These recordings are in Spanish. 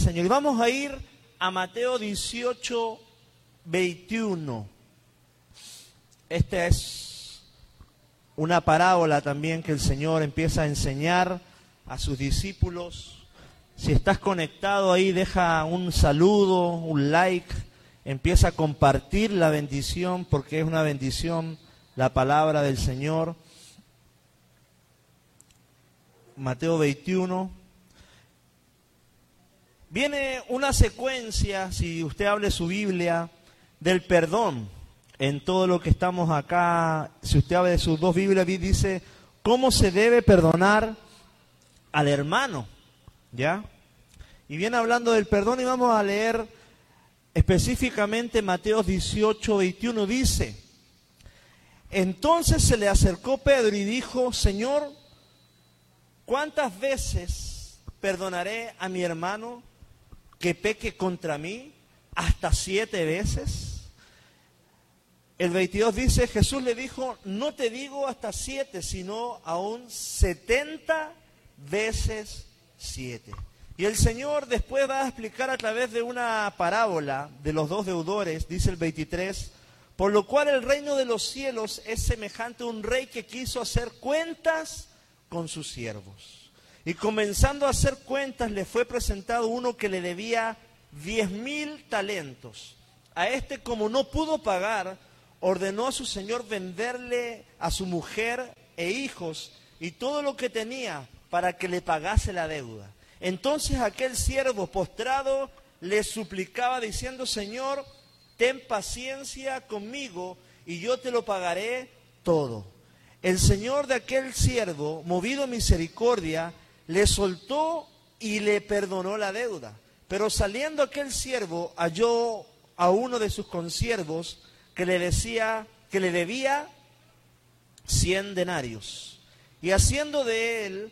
Señor. Y vamos a ir a Mateo 18, 21. Esta es una parábola también que el Señor empieza a enseñar a sus discípulos. Si estás conectado ahí, deja un saludo, un like, empieza a compartir la bendición, porque es una bendición la palabra del Señor. Mateo 21. Viene una secuencia, si usted abre su Biblia, del perdón en todo lo que estamos acá. Si usted abre sus dos Biblias, dice cómo se debe perdonar al hermano, ¿ya? Y viene hablando del perdón y vamos a leer específicamente Mateo 18, 21, dice: entonces se le acercó Pedro y dijo, Señor, ¿cuántas veces perdonaré a mi hermano que peque contra mí? ¿Hasta 7 veces? El 22 dice, Jesús le dijo, no te digo hasta 7, sino aún 70 veces 7. Y el Señor después va a explicar a través de una parábola de los dos deudores, dice el 23, por lo cual el reino de los cielos es semejante a un rey que quiso hacer cuentas con sus siervos. Y comenzando a hacer cuentas, le fue presentado uno que le debía 10,000 talentos. A este, como no pudo pagar, ordenó a su señor venderle a su mujer e hijos y todo lo que tenía para que le pagase la deuda. Entonces aquel siervo postrado le suplicaba diciendo, Señor, ten paciencia conmigo y yo te lo pagaré todo. El señor de aquel siervo, movido a misericordia, le soltó y le perdonó la deuda. Pero saliendo aquel siervo, halló a uno de sus consiervos que le decía que le debía 100 denarios. Y haciendo de él,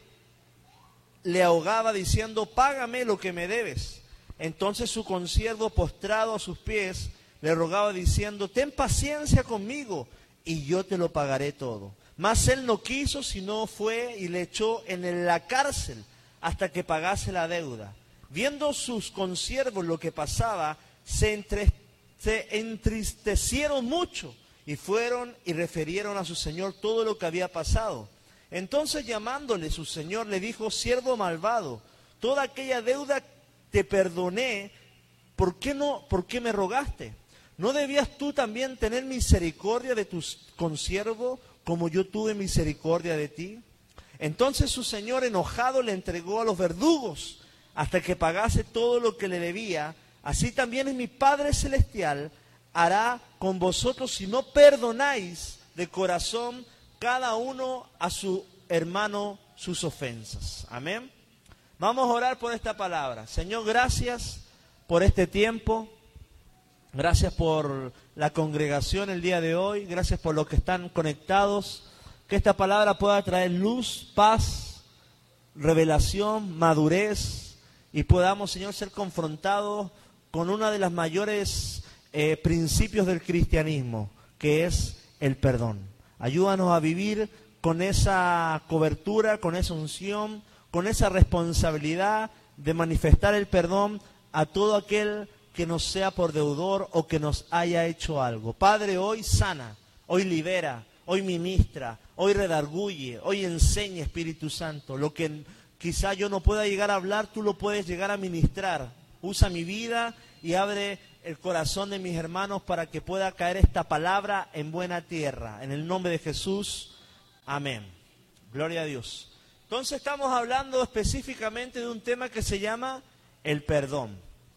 le ahogaba diciendo, págame lo que me debes. Entonces su consiervo, postrado a sus pies, le rogaba diciendo, ten paciencia conmigo y yo te lo pagaré todo. Mas él no quiso, sino fue y le echó en la cárcel hasta que pagase la deuda. Viendo sus consiervos lo que pasaba, se entristecieron mucho y fueron y refirieron a su señor todo lo que había pasado. Entonces llamándole su señor le dijo, siervo malvado, toda aquella deuda te perdoné, ¿por qué me rogaste? ¿No debías tú también tener misericordia de tu consiervo como yo tuve misericordia de ti? Entonces su señor enojado le entregó a los verdugos hasta que pagase todo lo que le debía. Así también mi Padre Celestial hará con vosotros si no perdonáis de corazón cada uno a su hermano sus ofensas. Amén. Vamos a orar por esta palabra. Señor, gracias por este tiempo. Gracias por la congregación el día de hoy. Gracias por los que están conectados. Que esta palabra pueda traer luz, paz, revelación, madurez. Y podamos, Señor, ser confrontados con uno de los mayores principios del cristianismo, que es el perdón. Ayúdanos a vivir con esa cobertura, con esa unción, con esa responsabilidad de manifestar el perdón a todo aquel que nos sea por deudor o que nos haya hecho algo. Padre, hoy sana, hoy libera, hoy ministra, hoy redarguye, hoy enseña, Espíritu Santo. Lo que quizá yo no pueda llegar a hablar, tú lo puedes llegar a ministrar. Usa mi vida y abre el corazón de mis hermanos para que pueda caer esta palabra en buena tierra. En el nombre de Jesús, amén. Gloria a Dios. Entonces estamos hablando específicamente de un tema que se llama el perdón.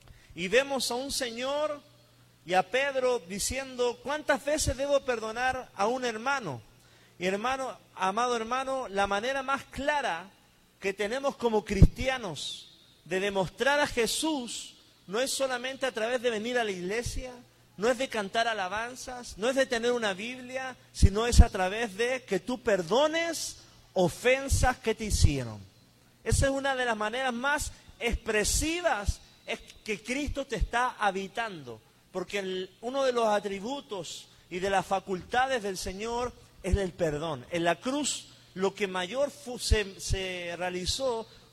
Y vemos a un señor y a Pedro diciendo, ¿cuántas veces debo perdonar a un hermano? Y hermano, amado hermano, la manera más clara que tenemos como cristianos de demostrar a Jesús no es solamente a través de venir a la iglesia, no es de cantar alabanzas, no es de tener una Biblia, sino es a través de que tú perdones ofensas que te hicieron. Esa es una de las maneras más expresivas es que Cristo te está habitando, porque uno de los atributos y de las facultades del Señor es el perdón. En la cruz lo que mayor se realizó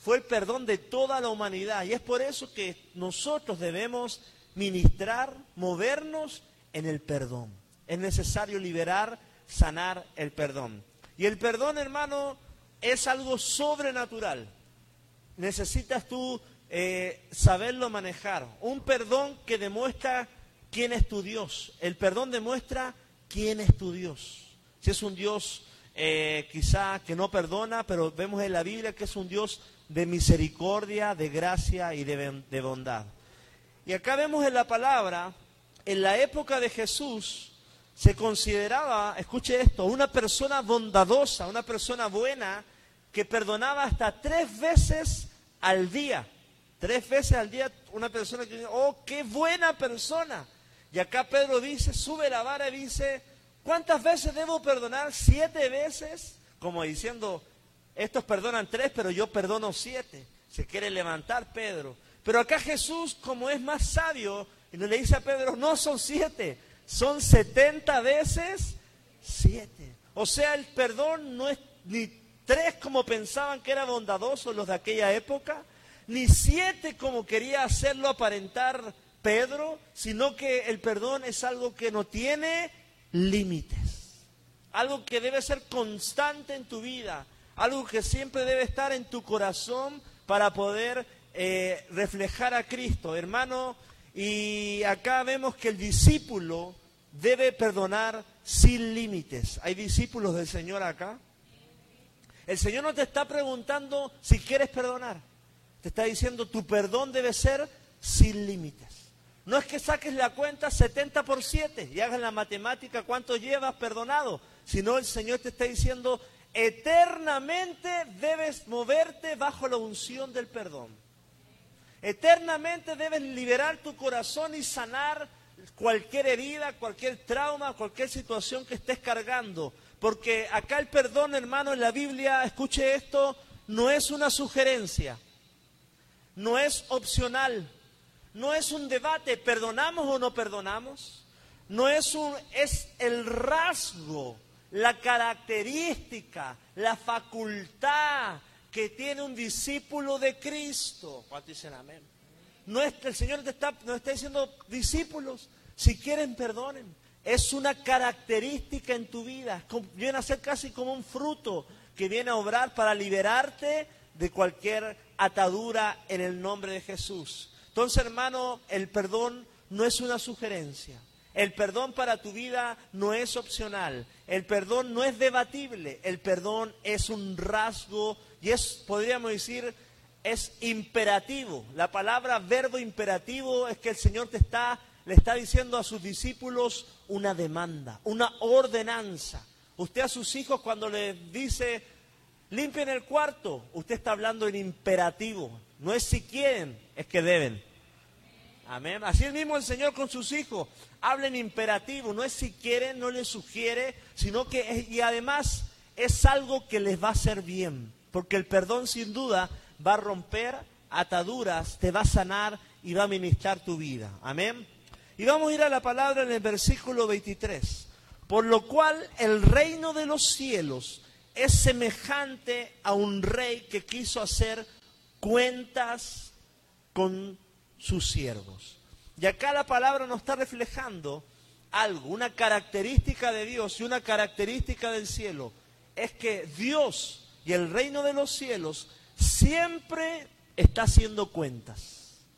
fue el perdón de toda la humanidad. Y es por eso que nosotros debemos ministrar, movernos en el perdón. Es necesario liberar, sanar el perdón. Y el perdón, hermano, es algo sobrenatural. Necesitas tú saberlo manejar. Un perdón que demuestra quién es tu Dios. El perdón demuestra quién es tu Dios. Si es un Dios quizá que no perdona, pero vemos en la Biblia que es un Dios de misericordia, de gracia y de bondad. Y acá vemos en la palabra, en la época de Jesús, se consideraba, escuche esto, una persona bondadosa, una persona buena, que perdonaba hasta 3 veces al día. 3 veces al día una persona que dice, oh, qué buena persona. Y acá Pedro dice, sube la vara y dice, ¿cuántas veces debo perdonar? 7 veces. Como diciendo, estos perdonan 3, pero yo perdono 7. Se quiere levantar Pedro. Pero acá Jesús, como es más sabio, y le dice a Pedro, no son 7, son 70 veces 7. O sea, el perdón no es ni 3 como pensaban que era bondadoso los de aquella época, ni 7 como quería hacerlo aparentar Pedro, sino que el perdón es algo que no tiene límites. Algo que debe ser constante en tu vida, algo que siempre debe estar en tu corazón para poder reflejar a Cristo, hermano. Y acá vemos que el discípulo debe perdonar sin límites. ¿Hay discípulos del Señor acá? El Señor no te está preguntando si quieres perdonar. Te está diciendo, tu perdón debe ser sin límites. No es que saques la cuenta 70 por 7 y hagas la matemática cuánto llevas perdonado, sino el Señor te está diciendo, eternamente debes moverte bajo la unción del perdón. Eternamente debes liberar tu corazón y sanar cualquier herida, cualquier trauma, cualquier situación que estés cargando. Porque acá el perdón, hermano, en la Biblia, escuche esto, no es una sugerencia, no es opcional, no es un debate, ¿perdonamos o no perdonamos? Es el rasgo, la característica, la facultad que tiene un discípulo de Cristo. ¿Cuántos dicen amén? El Señor nos está diciendo, discípulos, si quieren perdonen. Es una característica en tu vida, viene a ser casi como un fruto que viene a obrar para liberarte de cualquier atadura en el nombre de Jesús. Entonces, hermano, el perdón no es una sugerencia. El perdón para tu vida no es opcional. El perdón no es debatible. El perdón es un rasgo y podríamos decir, es imperativo. La palabra verbo imperativo es que el Señor le está diciendo a sus discípulos una demanda, una ordenanza. Usted a sus hijos cuando les dice, limpien el cuarto, usted está hablando en imperativo. No es si quieren, es que deben. Amén. Así es mismo el Señor con sus hijos. Habla en imperativo, no es si quieren, no les sugiere, sino que, y además es algo que les va a hacer bien. Porque el perdón sin duda va a romper ataduras, te va a sanar y va a ministrar tu vida. Amén. Y vamos a ir a la palabra en el versículo 23. Por lo cual el reino de los cielos es semejante a un rey que quiso hacer cuentas con sus siervos. Y acá la palabra nos está reflejando algo, una característica de Dios y una característica del cielo. Es que Dios y el reino de los cielos siempre está haciendo cuentas.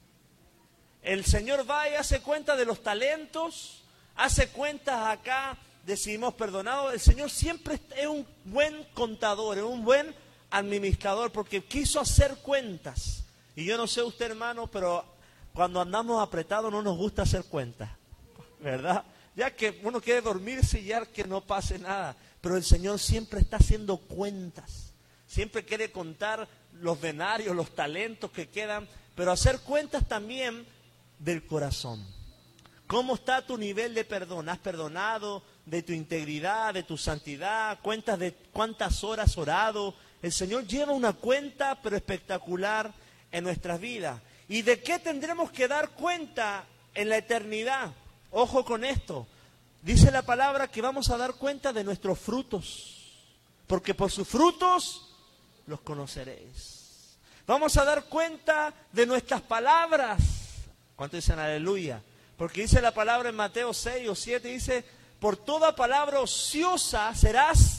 El Señor va y hace cuenta de los talentos, hace cuentas acá de si hemos perdonado. El Señor siempre es un buen contador, es un buen administrador, porque quiso hacer cuentas. Y yo no sé usted, hermano, pero cuando andamos apretados no nos gusta hacer cuentas, ¿verdad? Ya que uno quiere dormirse y ya que no pase nada. Pero el Señor siempre está haciendo cuentas. Siempre quiere contar los denarios, los talentos que quedan, pero hacer cuentas también del corazón. ¿Cómo está tu nivel de perdón? ¿Has perdonado de tu integridad, de tu santidad? ¿Cuentas de cuántas horas has orado? El Señor lleva una cuenta, pero espectacular en nuestras vidas. ¿Y de qué tendremos que dar cuenta en la eternidad? Ojo con esto. Dice la palabra que vamos a dar cuenta de nuestros frutos, porque por sus frutos los conoceréis. Vamos a dar cuenta de nuestras palabras. ¿Cuántos dicen aleluya? Porque dice la palabra en Mateo 6 o 7, dice, por toda palabra ociosa serás.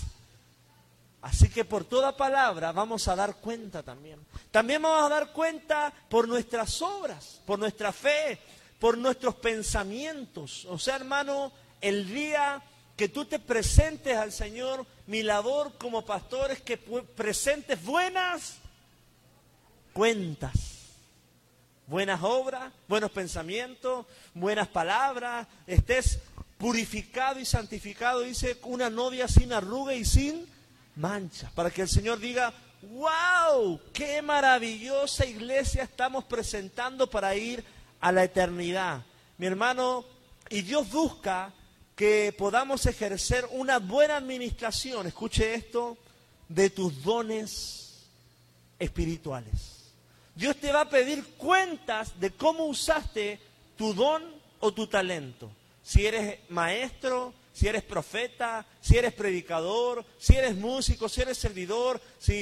Así que por toda palabra vamos a dar cuenta también. También vamos a dar cuenta por nuestras obras, por nuestra fe, por nuestros pensamientos. O sea, hermano, el día que tú te presentes al Señor, mi labor como pastor es que presentes buenas cuentas, buenas obras, buenos pensamientos, buenas palabras, estés purificado y santificado, dice, una novia sin arruga y sin mancha, para que el Señor diga, wow, qué maravillosa iglesia estamos presentando para ir a la eternidad. Mi hermano, y Dios busca que podamos ejercer una buena administración, escuche esto, de tus dones espirituales. Dios te va a pedir cuentas de cómo usaste tu don o tu talento. Si eres maestro, si eres profeta, si eres predicador, si eres músico, si eres servidor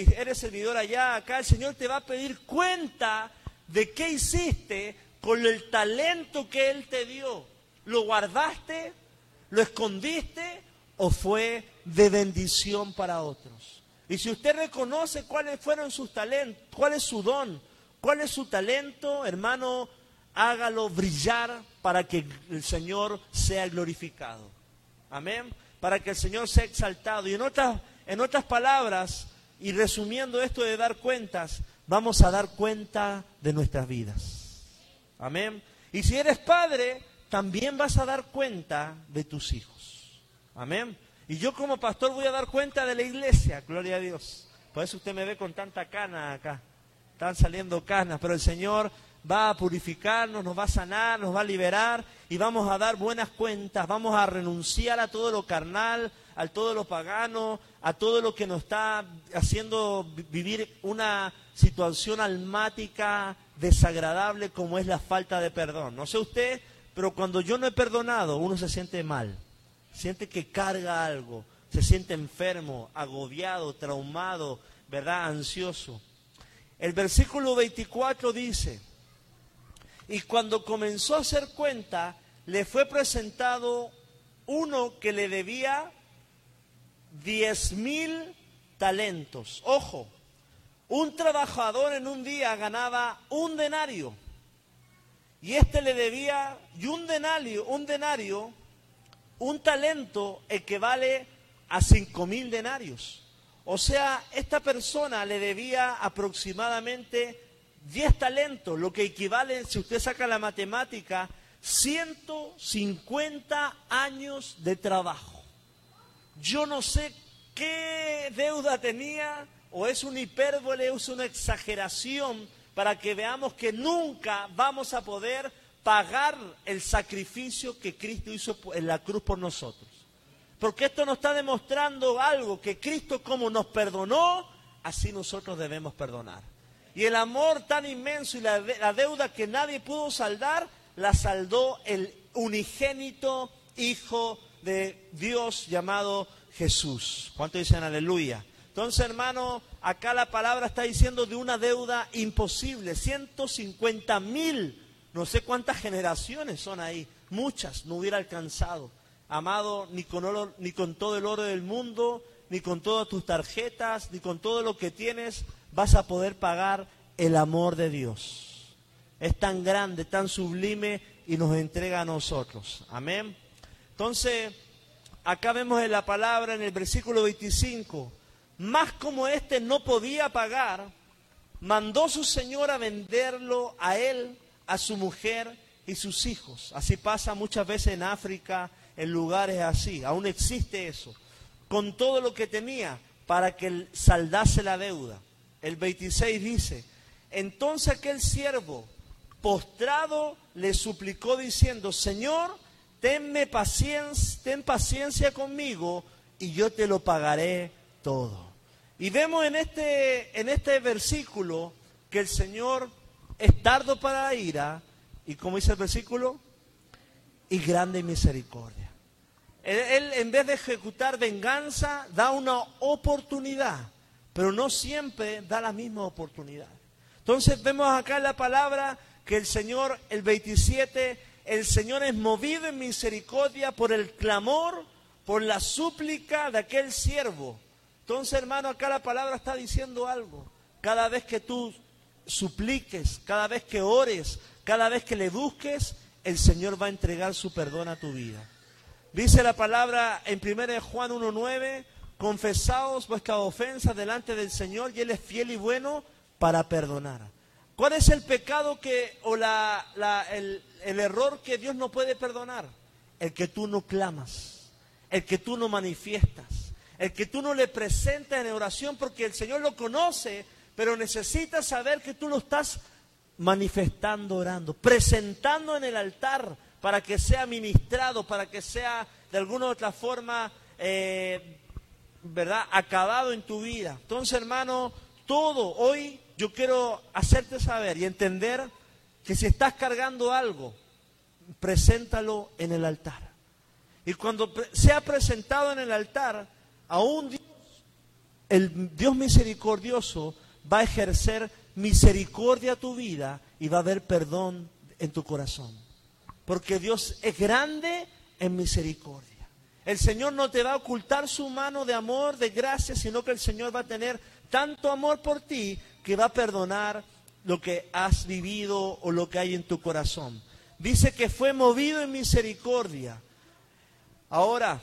allá, acá, el Señor te va a pedir cuenta de qué hiciste con el talento que Él te dio. ¿Lo guardaste? ¿Lo escondiste? ¿O fue de bendición para otros? Y si usted reconoce cuáles fueron sus talentos, cuál es su don, cuál es su talento, hermano, hágalo brillar para que el Señor sea glorificado. Amén. Para que el Señor sea exaltado. Y en otras palabras, y resumiendo esto de dar cuentas, vamos a dar cuenta de nuestras vidas. Amén. Y si eres padre, también vas a dar cuenta de tus hijos. Amén. Y yo como pastor voy a dar cuenta de la iglesia, gloria a Dios. Por eso usted me ve con tanta cana acá. Están saliendo canas, pero el Señor va a purificarnos, nos va a sanar, nos va a liberar y vamos a dar buenas cuentas, vamos a renunciar a todo lo carnal, a todo lo pagano, a todo lo que nos está haciendo vivir una situación almática, desagradable como es la falta de perdón. No sé usted, pero cuando yo no he perdonado, uno se siente mal, siente que carga algo, se siente enfermo, agobiado, traumado, ¿verdad? Ansioso. El versículo 24 dice, y cuando comenzó a hacer cuenta, le fue presentado uno que le debía 10,000 talentos. Ojo, un trabajador en un día ganaba 1 denario. Y este le debía, y un talento equivale a 5,000 denarios. O sea, esta persona le debía aproximadamente 10 talentos, lo que equivale, si usted saca la matemática, 150 años de trabajo. Yo no sé qué deuda tenía, o es una hipérbole, es una exageración, para que veamos que nunca vamos a poder pagar el sacrificio que Cristo hizo en la cruz por nosotros. Porque esto nos está demostrando algo, que Cristo como nos perdonó, así nosotros debemos perdonar. Y el amor tan inmenso y la deuda que nadie pudo saldar, la saldó el unigénito Hijo de Dios llamado Jesús. ¿Cuántos dicen aleluya? Entonces, hermano, acá la palabra está diciendo de una deuda imposible, 150,000, no sé cuántas generaciones son ahí, muchas, no hubiera alcanzado. Amado, ni con todo el oro del mundo, ni con todas tus tarjetas, ni con todo lo que tienes, vas a poder pagar el amor de Dios. Es tan grande, tan sublime y nos entrega a nosotros. Amén. Entonces, acá vemos en la palabra, en el versículo 25, más como éste no podía pagar, mandó su señor a venderlo a él, a su mujer y sus hijos. Así pasa muchas veces en África, en lugares así, aún existe eso, con todo lo que tenía para que él saldase la deuda. El 26 dice, entonces aquel siervo postrado le suplicó diciendo, Señor, ten paciencia conmigo y yo te lo pagaré todo. Y vemos en este versículo que el Señor es tardo para la ira y, como dice el versículo, y grande en misericordia. Él, en vez de ejecutar venganza, da una oportunidad, pero no siempre da la misma oportunidad. Entonces vemos acá en la palabra que el Señor, el 27, el Señor es movido en misericordia por el clamor, por la súplica de aquel siervo. Entonces, hermano, acá la palabra está diciendo algo. Cada vez que tú supliques, cada vez que ores, cada vez que le busques, el Señor va a entregar su perdón a tu vida. Dice la palabra en 1 Juan 1:9, confesaos vuestras ofensas delante del Señor y Él es fiel y bueno para perdonar. ¿Cuál es el pecado el error que Dios no puede perdonar? El que tú no clamas, el que tú no manifiestas, el que tú no le presentas en oración, porque el Señor lo conoce, pero necesita saber que tú lo estás manifestando, orando, presentando en el altar para que sea ministrado, para que sea de alguna u otra forma, ¿verdad?, acabado en tu vida. Entonces, hermano, todo hoy yo quiero hacerte saber y entender que si estás cargando algo, preséntalo en el altar. Y cuando sea presentado en el altar, aún Dios, el Dios misericordioso, va a ejercer misericordia a tu vida y va a haber perdón en tu corazón. Porque Dios es grande en misericordia. El Señor no te va a ocultar su mano de amor, de gracia, sino que el Señor va a tener tanto amor por ti que va a perdonar lo que has vivido o lo que hay en tu corazón. Dice que fue movido en misericordia. Ahora,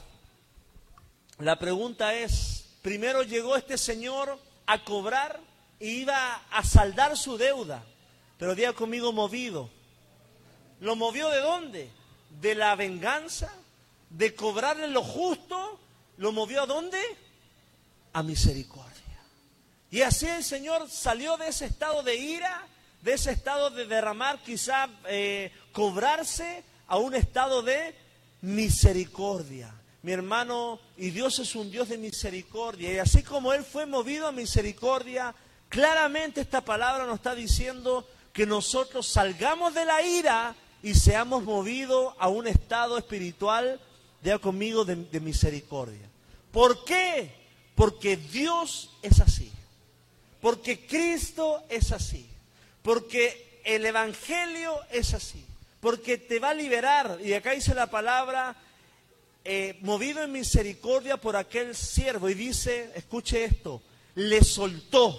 la pregunta es, primero llegó este señor a cobrar e iba a saldar su deuda, pero diga conmigo movido. ¿Lo movió de dónde? De la venganza, de cobrarle lo justo. ¿Lo movió a dónde? A misericordia. Y así el Señor salió de ese estado de ira, de ese estado de derramar, quizá cobrarse, a un estado de misericordia. Mi hermano, y Dios es un Dios de misericordia, y así como Él fue movido a misericordia, claramente esta palabra nos está diciendo que nosotros salgamos de la ira y seamos movidos a un estado espiritual, diga conmigo, de misericordia. ¿Por qué? Porque Dios es así, porque Cristo es así, porque el Evangelio es así, porque te va a liberar. Y acá dice la palabra, movido en misericordia por aquel siervo, y dice, escuche esto, le soltó.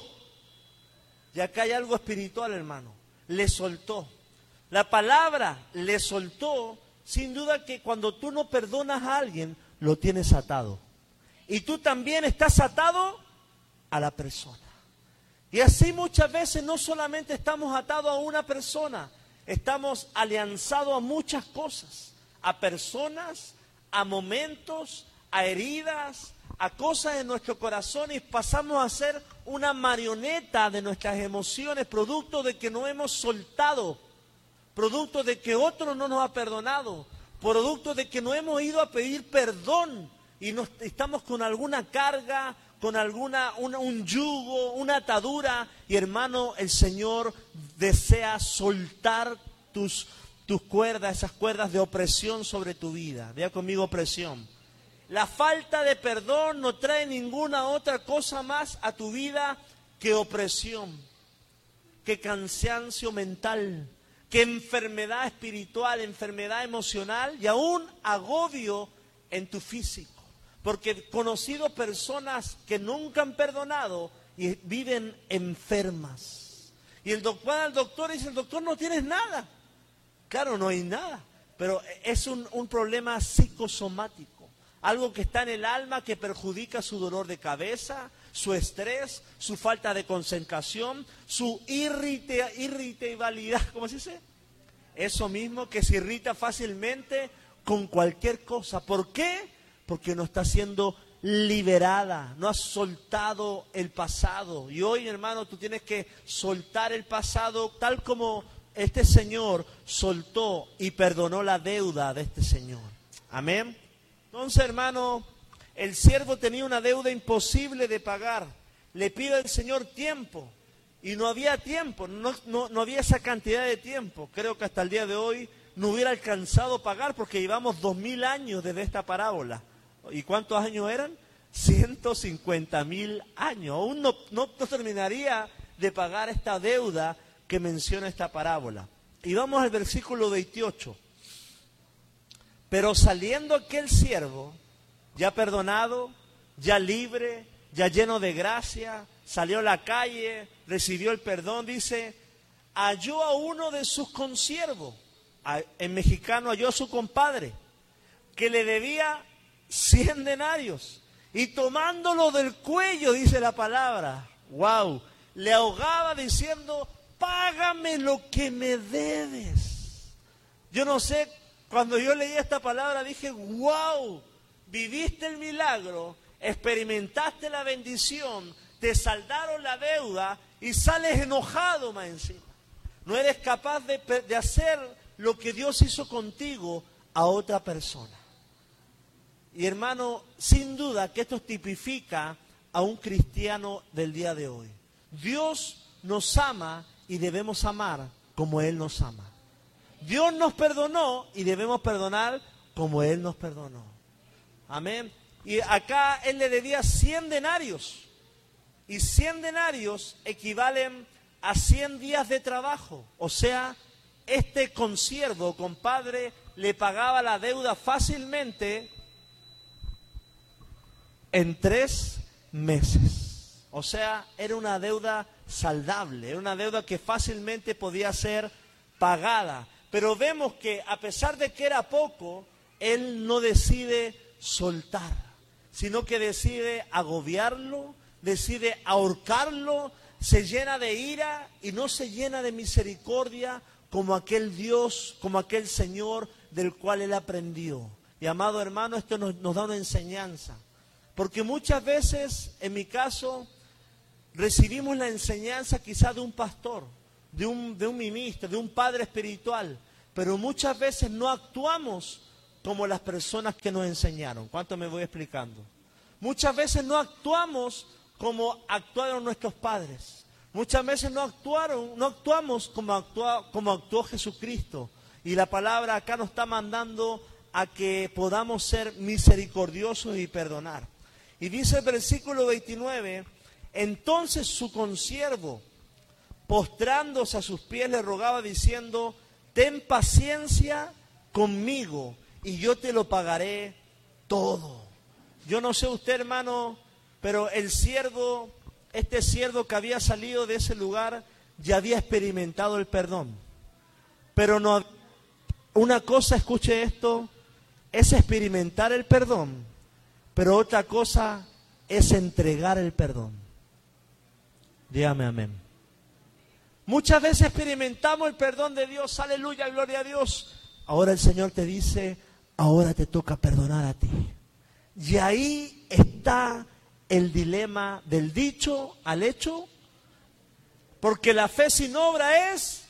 Y acá hay algo espiritual, hermano, le soltó. La palabra le soltó, sin duda que cuando tú no perdonas a alguien, lo tienes atado. Y tú también estás atado a la persona. Y así muchas veces no solamente estamos atados a una persona, estamos alianzados a muchas cosas, a personas, a momentos, a heridas, a cosas en nuestro corazón, y pasamos a ser una marioneta de nuestras emociones, producto de que no hemos soltado, producto de que otro no nos ha perdonado, producto de que no hemos ido a pedir perdón y estamos con alguna carga, con un yugo, una atadura. Y hermano, el Señor desea soltar tus cuerdas, esas cuerdas de opresión sobre tu vida. Diga conmigo, opresión. La falta de perdón no trae ninguna otra cosa más a tu vida que opresión, que cansancio mental, que enfermedad espiritual, enfermedad emocional y aún agobio en tu físico. Porque he conocido personas que nunca han perdonado y viven enfermas. Y el doctor dice, el doctor, no tienes nada. Claro, no hay nada, pero es un problema psicosomático. Algo que está en el alma que perjudica su dolor de cabeza, su estrés, su falta de concentración, su irritabilidad, ¿cómo se dice? Eso mismo, que se irrita fácilmente con cualquier cosa. ¿Por qué? Porque no está siendo liberada, no has soltado el pasado. Y hoy, hermano, tú tienes que soltar el pasado tal como este señor soltó y perdonó la deuda de este señor. Amén. Entonces, hermano, el siervo tenía una deuda imposible de pagar. Le pide al Señor tiempo y no había tiempo, no había esa cantidad de tiempo. Creo que hasta el día de hoy no hubiera alcanzado a pagar, porque llevamos 2000 años desde esta parábola. ¿Y cuántos años eran? 150,000 años. Aún no terminaría de pagar esta deuda que menciona esta parábola. Y vamos al versículo 28. Pero saliendo aquel siervo, ya perdonado, ya libre, ya lleno de gracia, salió a la calle, recibió el perdón, dice, halló a uno de sus consiervos, en mexicano halló a su compadre, que le debía 100 denarios, y tomándolo del cuello, dice la palabra, wow, le ahogaba diciendo, págame lo que me debes. Yo no sé, cuando yo leí esta palabra dije, wow, viviste el milagro, experimentaste la bendición, te saldaron la deuda y sales enojado más encima. No eres capaz de hacer lo que Dios hizo contigo a otra persona. Y hermano, sin duda que esto tipifica a un cristiano del día de hoy. Dios nos ama y debemos amar como Él nos ama. Dios nos perdonó y debemos perdonar como Él nos perdonó. Amén. Y acá Él le debía 100 denarios. Y 100 denarios equivalen a 100 días de trabajo. O sea, este consiervo, compadre, le pagaba la deuda fácilmente en 3 meses. O sea, era una deuda saldable, era una deuda que fácilmente podía ser pagada. Pero vemos que a pesar de que era poco, él no decide soltar, sino que decide agobiarlo, decide ahorcarlo, se llena de ira y no se llena de misericordia como aquel Dios, como aquel Señor del cual él aprendió. Y amado hermano, esto nos da una enseñanza. Porque muchas veces, en mi caso, recibimos la enseñanza quizá de un pastor, de un ministro, de un padre espiritual, pero muchas veces no actuamos como las personas que nos enseñaron. ¿Cuánto me voy explicando? Muchas veces no actuamos como actuaron nuestros padres. Muchas veces no actuamos como actuó Jesucristo. Y la palabra acá nos está mandando a que podamos ser misericordiosos y perdonar. Y dice el versículo 29, entonces su consiervo, postrándose a sus pies, le rogaba diciendo, ten paciencia conmigo y yo te lo pagaré todo. Yo no sé usted, hermano, pero el siervo, este siervo que había salido de ese lugar, ya había experimentado el perdón. Pero no, una cosa, escuche esto, es experimentar el perdón, pero otra cosa es entregar el perdón. Dígame amén. Muchas veces experimentamos el perdón de Dios, aleluya, gloria a Dios. Ahora el Señor te dice, ahora te toca perdonar a ti. Y ahí está el dilema del dicho al hecho, porque la fe sin obra es,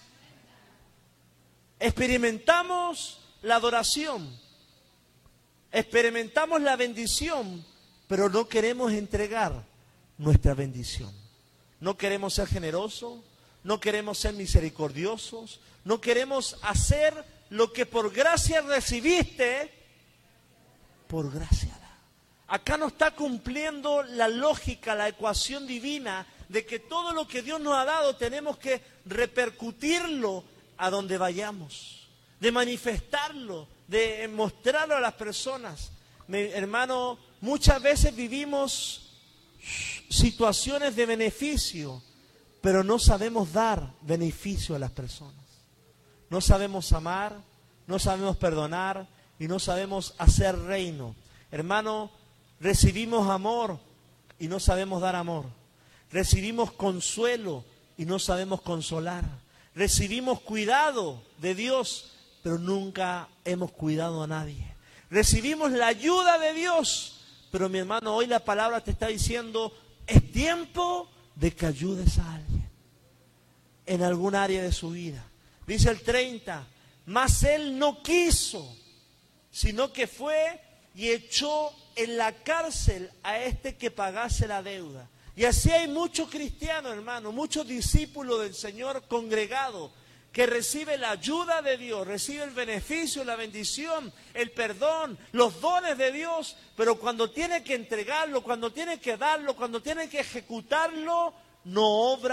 experimentamos la adoración, experimentamos la bendición, pero no queremos entregar nuestra bendición. No queremos ser generosos, no queremos ser misericordiosos, no queremos hacer lo que por gracia recibiste, por gracia da. Acá no está cumpliendo la lógica, la ecuación divina de que todo lo que Dios nos ha dado tenemos que repercutirlo a donde vayamos, de manifestarlo, de mostrarlo a las personas. Hermano, muchas veces vivimos situaciones de beneficio, pero no sabemos dar beneficio a las personas. No sabemos amar, no sabemos perdonar y no sabemos hacer reino. Hermano, recibimos amor y no sabemos dar amor. Recibimos consuelo y no sabemos consolar. Recibimos cuidado de Dios, pero nunca hemos cuidado a nadie. Recibimos la ayuda de Dios, pero mi hermano, hoy la palabra te está diciendo, es tiempo de que ayudes a alguien en algún área de su vida. Dice el 30, mas él no quiso, sino que fue y echó en la cárcel a este que pagase la deuda. Y así hay muchos cristianos, hermano, muchos discípulos del Señor congregados, que recibe la ayuda de Dios, recibe el beneficio, la bendición, el perdón, los dones de Dios, pero cuando tiene que entregarlo, cuando tiene que darlo, cuando tiene que ejecutarlo, no obra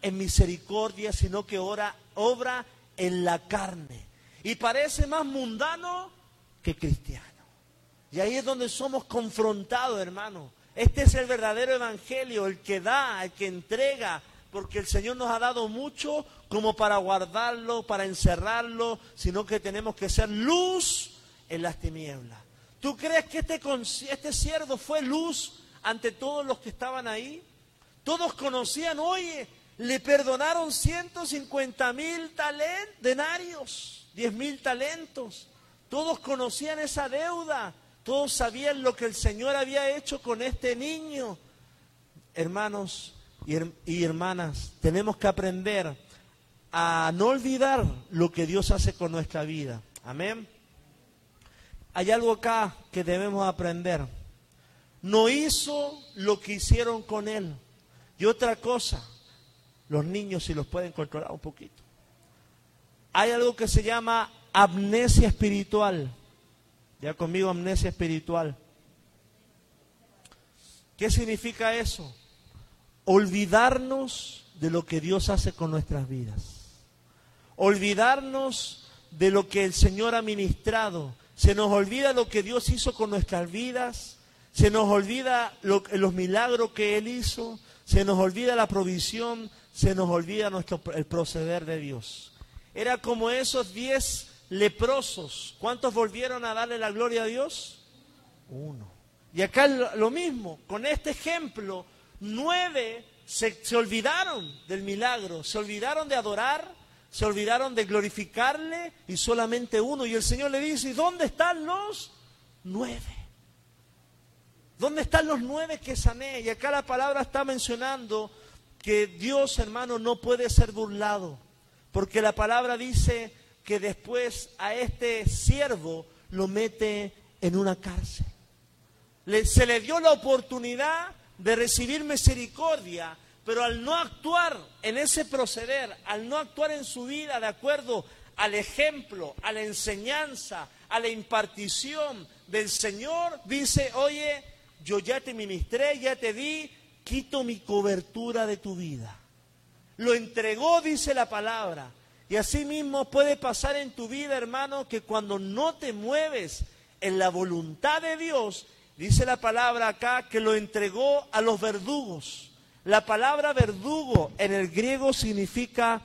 en misericordia, sino que obra en la carne. Y parece más mundano que cristiano. Y ahí es donde somos confrontados, hermano. Este es el verdadero evangelio, el que da, el que entrega, porque el Señor nos ha dado mucho como para guardarlo, para encerrarlo, sino que tenemos que ser luz en las tinieblas. ¿Tú crees que este siervo fue luz ante todos los que estaban ahí? Todos conocían, oye, le perdonaron 150,000 denarios, 10,000 talentos. Todos conocían esa deuda, todos sabían lo que el Señor había hecho con este niño. Hermanos y hermanas, tenemos que aprender a no olvidar lo que Dios hace con nuestra vida. Amén. Hay algo acá que debemos aprender. No hizo lo que hicieron con él. Y otra cosa, los niños si los pueden controlar un poquito. Hay algo que se llama amnesia espiritual. Ya conmigo, amnesia espiritual. ¿Qué significa eso? Olvidarnos de lo que Dios hace con nuestras vidas. Olvidarnos de lo que el Señor ha ministrado. Se nos olvida lo que Dios hizo con nuestras vidas. Se nos olvida los milagros que Él hizo. Se nos olvida la provisión. Se nos olvida el proceder de Dios. Era como esos 10 leprosos. ¿Cuántos volvieron a darle la gloria a Dios? 1. Y acá lo mismo. Con este ejemplo, 9 se olvidaron del milagro. Se olvidaron de adorar. Se olvidaron de glorificarle y solamente 1. Y el Señor le dice, ¿y dónde están los 9? ¿Dónde están los 9 que sané? Y acá la palabra está mencionando que Dios, hermano, no puede ser burlado. Porque la palabra dice que después a este siervo lo mete en una cárcel. Se le dio la oportunidad de recibir misericordia, pero al no actuar en ese proceder, al no actuar en su vida de acuerdo al ejemplo, a la enseñanza, a la impartición del Señor, dice, oye, yo ya te ministré, ya te di, quito mi cobertura de tu vida. Lo entregó, dice la palabra. Y así mismo puede pasar en tu vida, hermano, que cuando no te mueves en la voluntad de Dios, dice la palabra acá que lo entregó a los verdugos. La palabra verdugo en el griego significa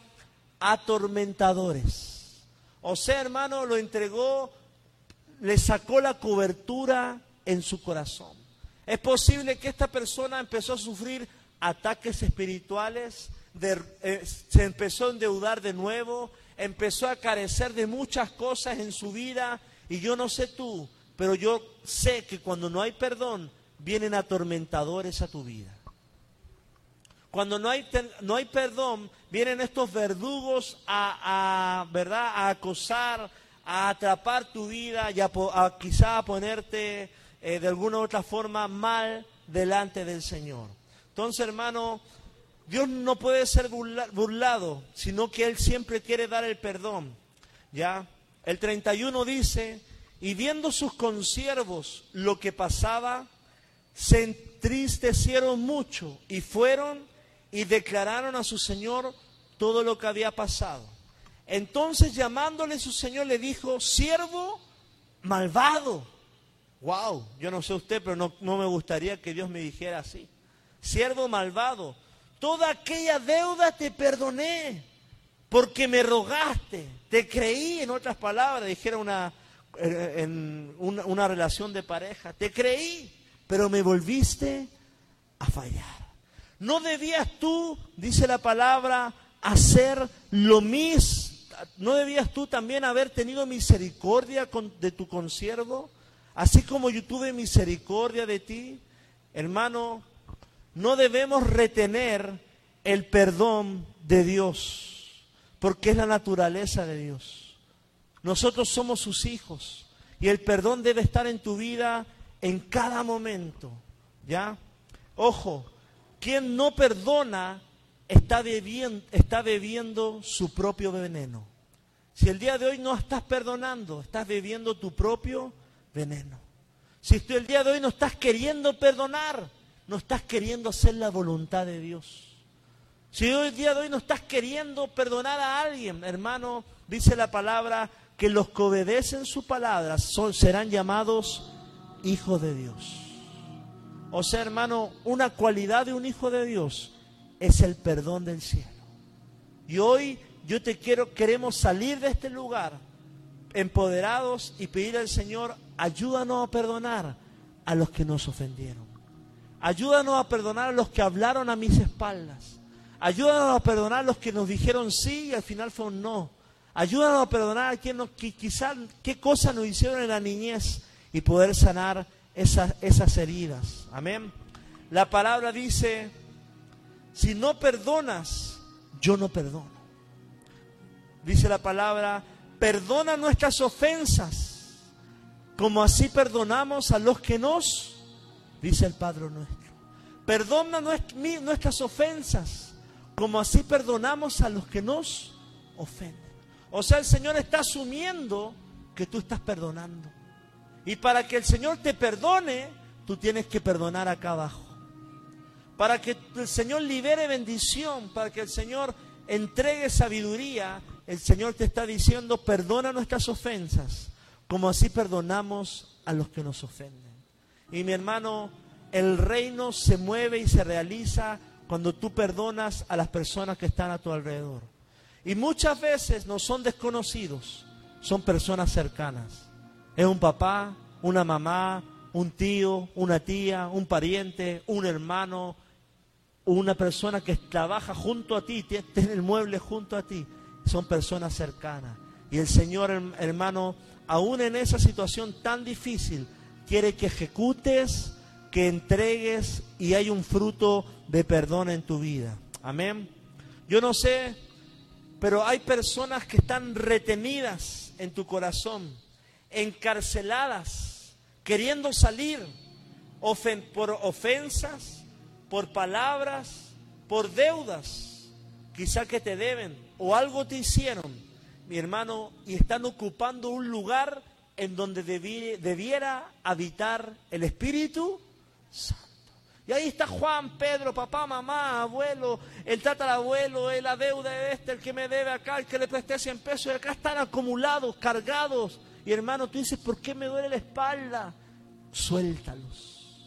atormentadores. O sea, hermano, lo entregó, le sacó la cobertura en su corazón. Es posible que esta persona empezó a sufrir ataques espirituales, se empezó a endeudar de nuevo, empezó a carecer de muchas cosas en su vida. Y yo no sé tú, pero yo sé que cuando no hay perdón, vienen atormentadores a tu vida. Cuando no hay perdón, vienen estos verdugos ¿verdad? A acosar, a atrapar tu vida y quizá a ponerte de alguna u otra forma mal delante del Señor. Entonces, hermano, Dios no puede ser burlado, sino que Él siempre quiere dar el perdón. ¿Ya? El 31 dice, y viendo sus consiervos lo que pasaba, se entristecieron mucho y fueron y declararon a su señor todo lo que había pasado. Entonces, llamándole su señor, le dijo, siervo malvado. Wow, yo no sé usted, pero no me gustaría que Dios me dijera así. Siervo malvado, toda aquella deuda te perdoné, porque me rogaste, te creí. En otras palabras, dijera en una relación de pareja, te creí, pero me volviste a fallar. ¿No debías tú, dice la palabra, hacer lo mismo? ¿No debías tú también haber tenido misericordia de tu consiervo? Así como yo tuve misericordia de ti. Hermano, no debemos retener el perdón de Dios, porque es la naturaleza de Dios. Nosotros somos sus hijos y el perdón debe estar en tu vida en cada momento. ¿Ya? Ojo. Quien no perdona está bebiendo su propio veneno. Si el día de hoy no estás perdonando, estás bebiendo tu propio veneno. Si tú el día de hoy no estás queriendo perdonar, no estás queriendo hacer la voluntad de Dios. Si hoy día de hoy no estás queriendo perdonar a alguien, hermano, dice la palabra que los que obedecen su palabra serán llamados hijos de Dios. O sea, hermano, una cualidad de un hijo de Dios es el perdón del cielo. Y hoy queremos salir de este lugar empoderados y pedir al Señor, ayúdanos a perdonar a los que nos ofendieron. Ayúdanos a perdonar a los que hablaron a mis espaldas. Ayúdanos a perdonar a los que nos dijeron sí y al final fue un no. Ayúdanos a perdonar a quienes quizás qué cosas nos hicieron en la niñez y poder sanar esas heridas. Amén. La palabra dice, si no perdonas, yo no perdono. Dice la palabra, perdona nuestras ofensas, como así perdonamos a los que nos, dice el Padre nuestro. Perdona nuestras ofensas, como así perdonamos a los que nos ofenden. O sea, el Señor está asumiendo que tú estás perdonando. Y para que el Señor te perdone, tú tienes que perdonar acá abajo. Para que el Señor libere bendición, para que el Señor entregue sabiduría, el Señor te está diciendo, perdona nuestras ofensas, como así perdonamos a los que nos ofenden. Y mi hermano, el reino se mueve y se realiza cuando tú perdonas a las personas que están a tu alrededor. Y muchas veces no son desconocidos, son personas cercanas. Es un papá, una mamá, un tío, una tía, un pariente, un hermano, una persona que trabaja junto a ti, tiene el mueble junto a ti. Son personas cercanas. Y el Señor, hermano, aún en esa situación tan difícil, quiere que ejecutes, que entregues y hay un fruto de perdón en tu vida. Amén. Yo no sé, pero hay personas que están retenidas en tu corazón, encarceladas, queriendo salir por ofensas, por palabras, por deudas, quizá que te deben o algo te hicieron, mi hermano, y están ocupando un lugar en donde debiera habitar el Espíritu Santo. Y ahí está Juan, Pedro, papá, mamá, abuelo, el tatarabuelo, la deuda de el que me debe acá, el que le presté 100 pesos, y acá están acumulados, cargados. Y hermano, tú dices, ¿por qué me duele la espalda? Suéltalos,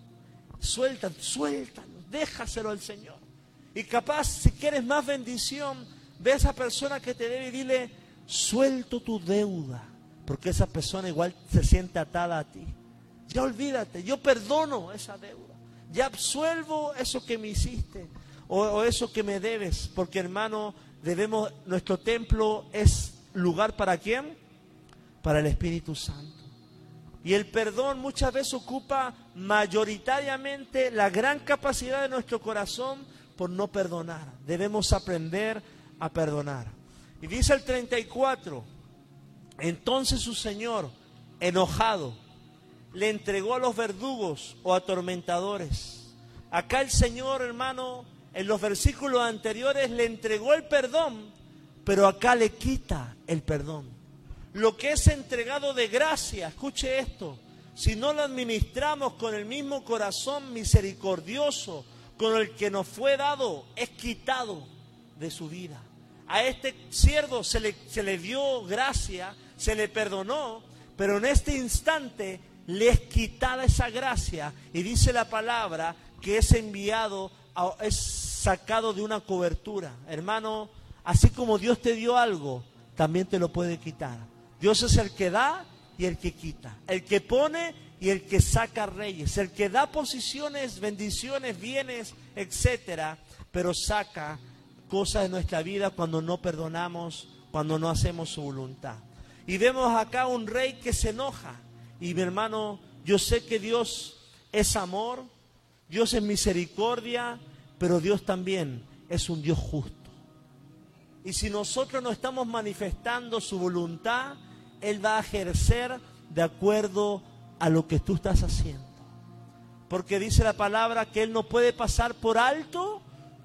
déjaselo al Señor. Y capaz, si quieres más bendición, ve a esa persona que te debe y dile, suelto tu deuda, porque esa persona igual se siente atada a ti. Ya olvídate, yo perdono esa deuda. Ya absuelvo eso que me hiciste o eso que me debes, porque hermano, nuestro templo es lugar ¿para quién? Para el Espíritu Santo. Y el perdón muchas veces ocupa mayoritariamente la gran capacidad de nuestro corazón por no perdonar. Debemos aprender a perdonar. Y dice el 34, entonces su Señor, enojado, le entregó a los verdugos o atormentadores. Acá el Señor, hermano, en los versículos anteriores le entregó el perdón, pero acá le quita el perdón. Lo que es entregado de gracia, escuche esto, si no lo administramos con el mismo corazón misericordioso con el que nos fue dado, es quitado de su vida. A este siervo se le dio gracia, se le perdonó, pero en este instante le es quitada esa gracia y dice la palabra que es enviado, es sacado de una cobertura. Hermano, así como Dios te dio algo, también te lo puede quitar. Dios es el que da y el que quita, el que pone y el que saca reyes, el que da posiciones, bendiciones, bienes, etcétera, pero saca cosas de nuestra vida cuando no perdonamos, cuando no hacemos su voluntad. Y vemos acá un rey que se enoja. Y mi hermano, yo sé que Dios es amor, Dios es misericordia, pero Dios también es un Dios justo. Y si nosotros no estamos manifestando su voluntad, Él va a ejercer de acuerdo a lo que tú estás haciendo. Porque dice la palabra que Él no puede pasar por alto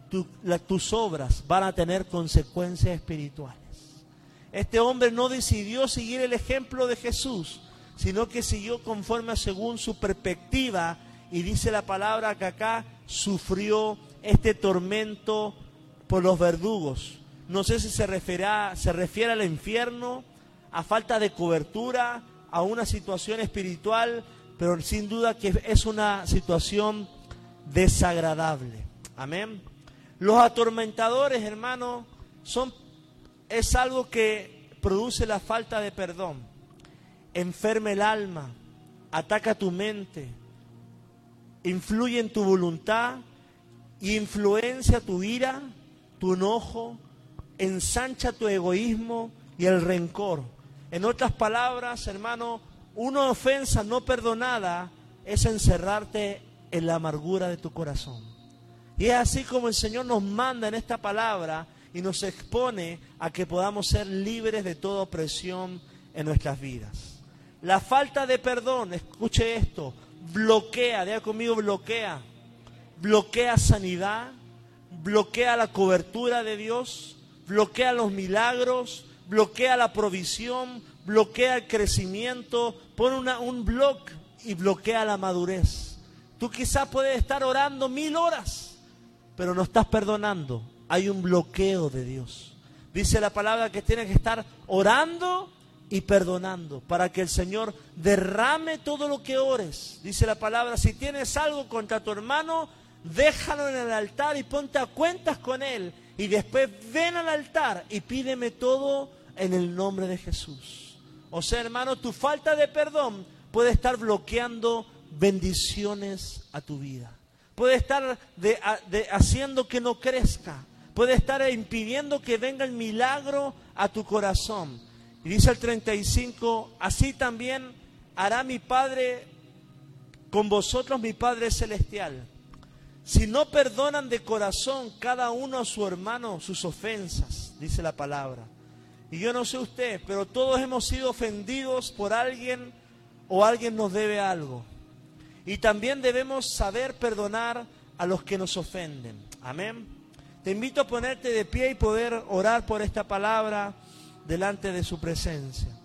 tus obras, van a tener consecuencias espirituales. Este hombre no decidió seguir el ejemplo de Jesús, sino que siguió conforme según su perspectiva, y dice la palabra que acá sufrió este tormento por los verdugos. No sé si se refiere al infierno, a falta de cobertura, a una situación espiritual, pero sin duda que es una situación desagradable. Amén. Los atormentadores, hermano, es algo que produce la falta de perdón. Enferma el alma, ataca tu mente, influye en tu voluntad y influencia tu ira, tu enojo, ensancha tu egoísmo y el rencor. En otras palabras, hermano, una ofensa no perdonada es encerrarte en la amargura de tu corazón. Y es así como el Señor nos manda en esta palabra y nos expone a que podamos ser libres de toda opresión en nuestras vidas. La falta de perdón, escuche esto, bloquea, diga conmigo, bloquea sanidad, bloquea la cobertura de Dios, bloquea los milagros, bloquea la provisión, bloquea el crecimiento, pone un bloque y bloquea la madurez. Tú quizás puedes estar orando 1000 horas, pero no estás perdonando. Hay un bloqueo de Dios. Dice la palabra que tienes que estar orando y perdonando para que el Señor derrame todo lo que ores. Dice la palabra, si tienes algo contra tu hermano, déjalo en el altar y ponte a cuentas con él. Y después ven al altar y pídeme todo en el nombre de Jesús. O sea, hermano, tu falta de perdón puede estar bloqueando bendiciones a tu vida. Puede estar haciendo que no crezca. Puede estar impidiendo que venga el milagro a tu corazón. Y dice el 35, así también hará mi Padre con vosotros, mi Padre Celestial. Si no perdonan de corazón cada uno a su hermano sus ofensas, dice la palabra. Y yo no sé usted, pero todos hemos sido ofendidos por alguien o alguien nos debe algo. Y también debemos saber perdonar a los que nos ofenden. Amén. Te invito a ponerte de pie y poder orar por esta palabra delante de su presencia.